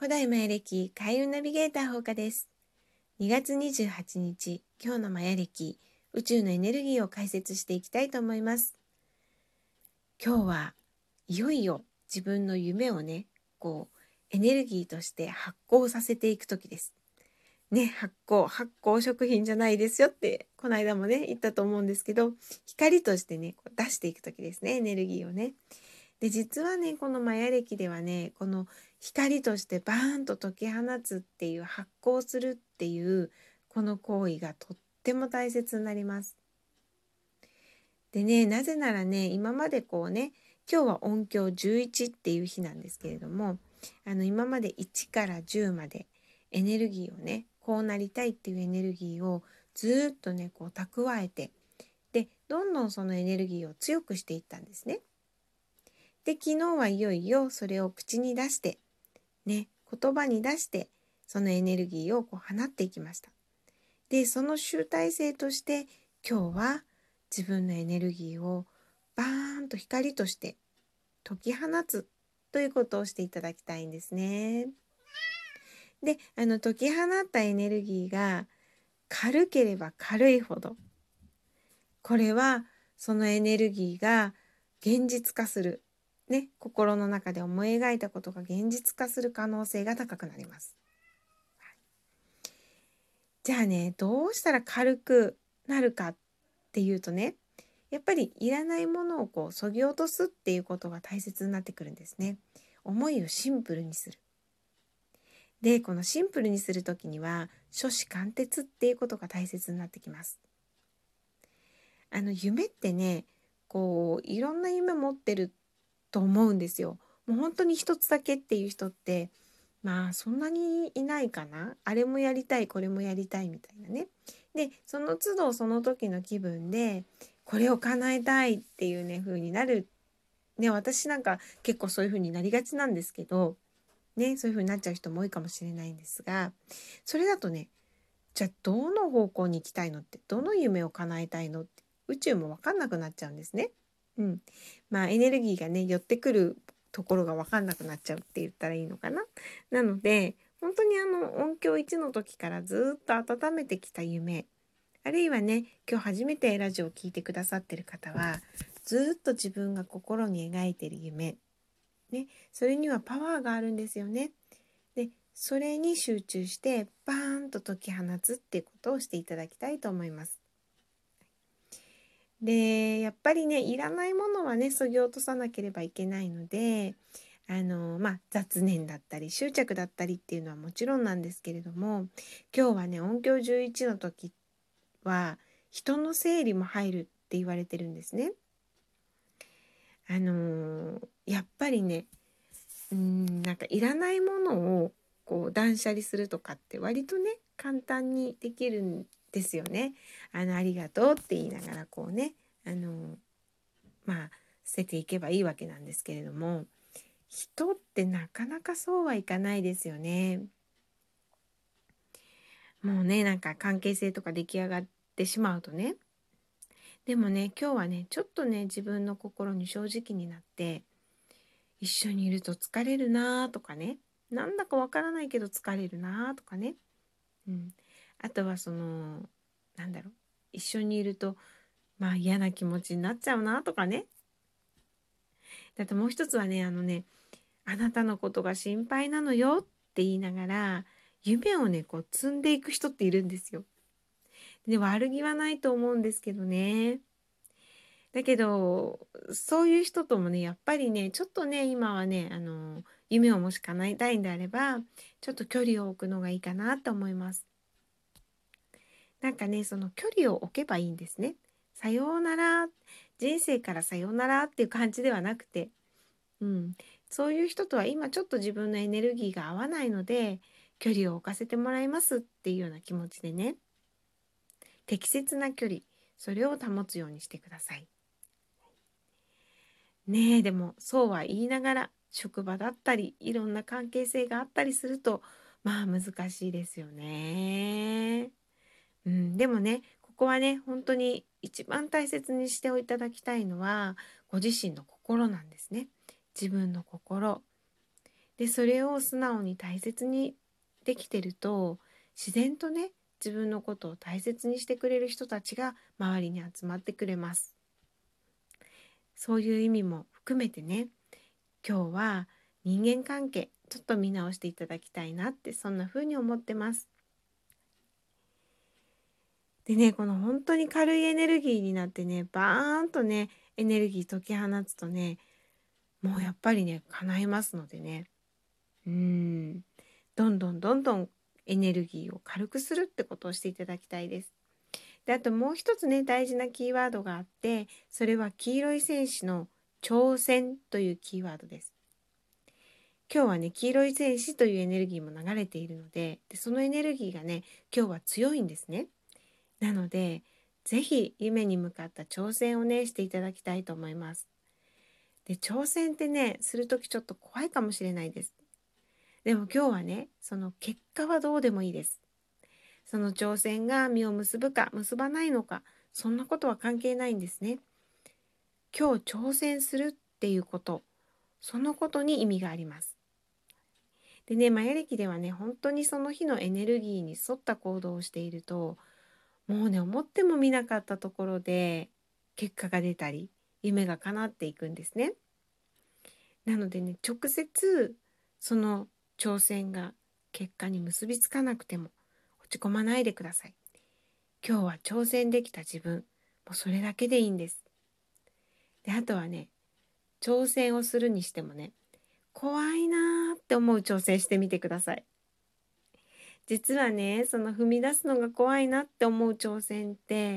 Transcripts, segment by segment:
古代マヤ暦開運ナビゲーターほうかです。2月28日、今日のマヤ暦、宇宙のエネルギーを解説していきたいと思います。今日はいよいよ自分の夢をね、エネルギーとして発酵させていく時です。ね、発酵食品じゃないですよってこの間もね言ったと思うんですけど、光としてね出していく時ですね、エネルギーをね。で実はねこのマヤ暦ではね、この光としてバーンと解き放つっていう、発光するっていうこの行為がとっても大切になります。でね、なぜならね、今まで今日は音響11っていう日なんですけれども、今まで1から10までエネルギーをね、こうなりたいっていうエネルギーをずっとね蓄えて、でどんどんそのエネルギーを強くしていったんですね。で昨日はいよいよそれを口に出してね、言葉に出してそのエネルギーを放っていきました。でその集大成として今日は自分のエネルギーをバーンと光として解き放つということをしていただきたいんですね。で解き放ったエネルギーが軽ければ軽いほど、これはそのエネルギーが現実化する、ね、心の中で思い描いたことが現実化する可能性が高くなります。じゃあね、どうしたら軽くなるかっていうとね、やっぱりいらないものを削ぎ落とすっていうことが大切になってくるんですね。思いをシンプルにする。で、このシンプルにするときには初志貫徹っていうことが大切になってきます。夢ってね、いろんな夢持ってると思うんですよ。もう本当に一つだけっていう人ってそんなにいないかな。あれもやりたい、これもやりたいみたいなね。でその都度その時の気分でこれを叶えたいっていうね風になるね。私なんか結構そういう風になりがちなんですけどね、そういう風になっちゃう人も多いかもしれないんですが、それだとね、じゃあどの方向に行きたいのって、どの夢を叶えたいのって、宇宙も分かんなくなっちゃうんですね。エネルギーがね寄ってくるところが分かんなくなっちゃうって言ったらいいのかな。なので本当に音響1の時からずっと温めてきた夢、あるいはね今日初めてラジオを聞いてくださってる方はずっと自分が心に描いてる夢ね、それにはパワーがあるんですよね。でそれに集中してバーンと解き放つっていうことをしていただきたいと思います。でやっぱりね、いらないものはね削ぎ落とさなければいけないので、雑念だったり執着だったりっていうのはもちろんなんですけれども、今日はね音響11の時は人の整理も入るって言われてるんですね。やっぱりね、なんかいらないものを断捨離するとかって割とね簡単にできるんですよね。ありがとうって言いながらあの捨てていけばいいわけなんですけれども、人ってなかなかそうはいかないですよね。もうねなんか関係性とか出来上がってしまうとね。でもね今日はねちょっとね自分の心に正直になって、一緒にいると疲れるなとかね、なんだかわからないけど疲れるなとかね、あとは一緒にいると嫌な気持ちになっちゃうなとかね。だってもう一つはね、あなたのことが心配なのよって言いながら夢をね積んでいく人っているんですよ。で悪気はないと思うんですけどね。だけどそういう人ともねやっぱりねちょっとね今はね夢をもし叶えたいんであればちょっと距離を置くのがいいかなと思います。なんかねその距離を置けばいいんですね。さようなら、人生からさようならっていう感じではなくて、そういう人とは今ちょっと自分のエネルギーが合わないので距離を置かせてもらいますっていうような気持ちでね、適切な距離、それを保つようにしてくださいね。でもそうは言いながら職場だったりいろんな関係性があったりすると難しいですよね。でもねここはね本当に一番大切にしていただきたいのはご自身の心なんですね。自分の心でそれを素直に大切にできてると、自然とね、自分のことを大切にしてくれる人たちが周りに集まってくれます。そういう意味も含めてね、今日は人間関係ちょっと見直していただきたいなって、そんな風に思ってます。でね、この本当に軽いエネルギーになってね、バーンとね、エネルギー解き放つとね、もうやっぱりね、叶いますのでね。どんどんどんどんエネルギーを軽くするってことをしていただきたいです。で、あともう一つね、大事なキーワードがあって、それは黄色い戦士の挑戦というキーワードです。今日はね、黄色い戦士というエネルギーも流れているので、そのエネルギーがね、今日は強いんですね。なので、ぜひ夢に向かった挑戦をね、していただきたいと思います。で、挑戦ってね、するときちょっと怖いかもしれないです。でも今日はね、その結果はどうでもいいです。その挑戦が実を結ぶか結ばないのか、そんなことは関係ないんですね。今日挑戦するっていうこと、そのことに意味があります。でね、マヤ暦ではね、本当にその日のエネルギーに沿った行動をしていると、もうね、思ってもみなかったところで結果が出たり、夢が叶っていくんですね。なのでね、直接その挑戦が結果に結びつかなくても落ち込まないでください。今日は挑戦できた自分、もうそれだけでいいんです。で、あとはね、挑戦をするにしてもね、怖いなーって思う挑戦してみてください。実はね、その踏み出すのが怖いなって思う挑戦って、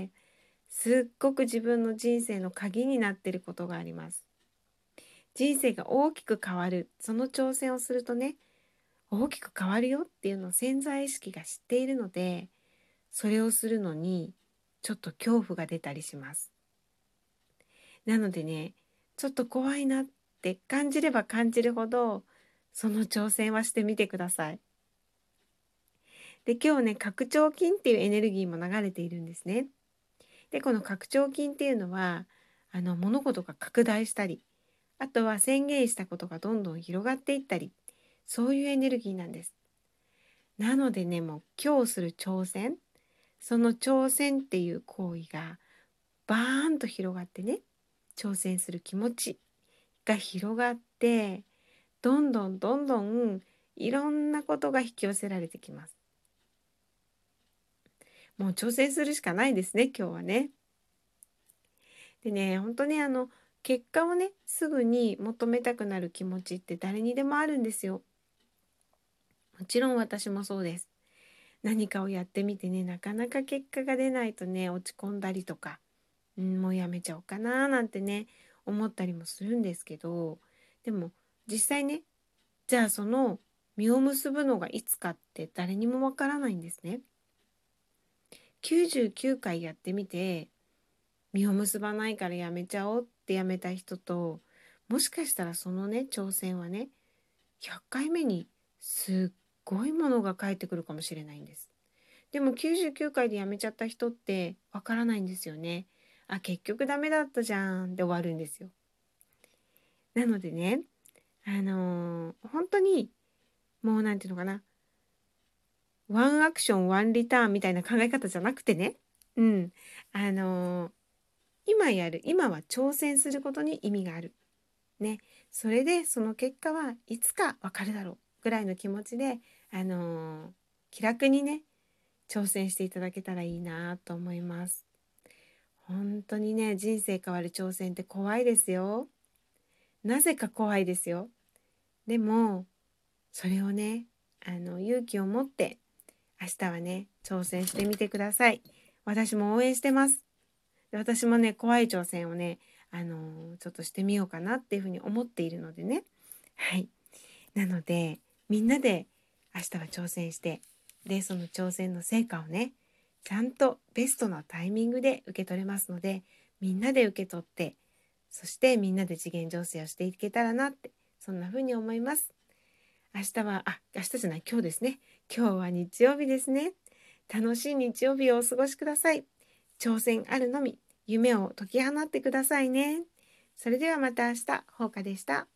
すっごく自分の人生の鍵になっていることがあります。人生が大きく変わる、その挑戦をするとね、大きく変わるよっていうのを潜在意識が知っているので、それをするのにちょっと恐怖が出たりします。なのでね、ちょっと怖いなって感じれば感じるほど、その挑戦はしてみてください。で、今日ね、拡張筋っていうエネルギーも流れているんですね。で、この拡張筋っていうのは、物事が拡大したり、あとは宣言したことがどんどん広がっていったり、そういうエネルギーなんです。なのでね、もう今日する挑戦、その挑戦っていう行為がバーンと広がってね、挑戦する気持ちが広がって、どんどんどんどんいろんなことが引き寄せられてきます。もう挑戦するしかないですね、今日はね。でね、本当に結果をね、すぐに求めたくなる気持ちって誰にでもあるんですよ。もちろん私もそうです。何かをやってみてね、なかなか結果が出ないとね、落ち込んだりとか、もうやめちゃおうかななんてね、思ったりもするんですけど、でも実際ね、じゃあその実を結ぶのがいつかって誰にもわからないんですね。99回やってみて、実を結ばないからやめちゃおうってやめた人と、もしかしたらそのね、挑戦はね、100回目にすっごいものが返ってくるかもしれないんです。でも99回でやめちゃった人ってわからないんですよね。あ、結局ダメだったじゃんで終わるんですよ。なのでね、本当にもうなんていうのかな、ワンアクションワンリターンみたいな考え方じゃなくてね、うん、あのー今は挑戦することに意味がある。ね、それでその結果はいつかわかるだろうぐらいの気持ちで、気楽にね、挑戦していただけたらいいなと思います。本当にね、人生変わる挑戦って怖いですよ。なぜか怖いですよ。でも、それをね、勇気を持って、明日はね、挑戦してみてください。私も応援してます。で、私もね、怖い挑戦をね、ちょっとしてみようかなっていうふうに思っているのでね。はい。なので、みんなで明日は挑戦して、で、その挑戦の成果をね、ちゃんとベストなタイミングで受け取れますので、みんなで受け取って、そしてみんなで次元醸成をしていけたらなって、そんな風に思います。明日じゃない、今日ですね。今日は日曜日ですね。楽しい日曜日をお過ごしください。挑戦あるのみ、夢を解き放ってくださいね。それではまた明日、ほうかでした。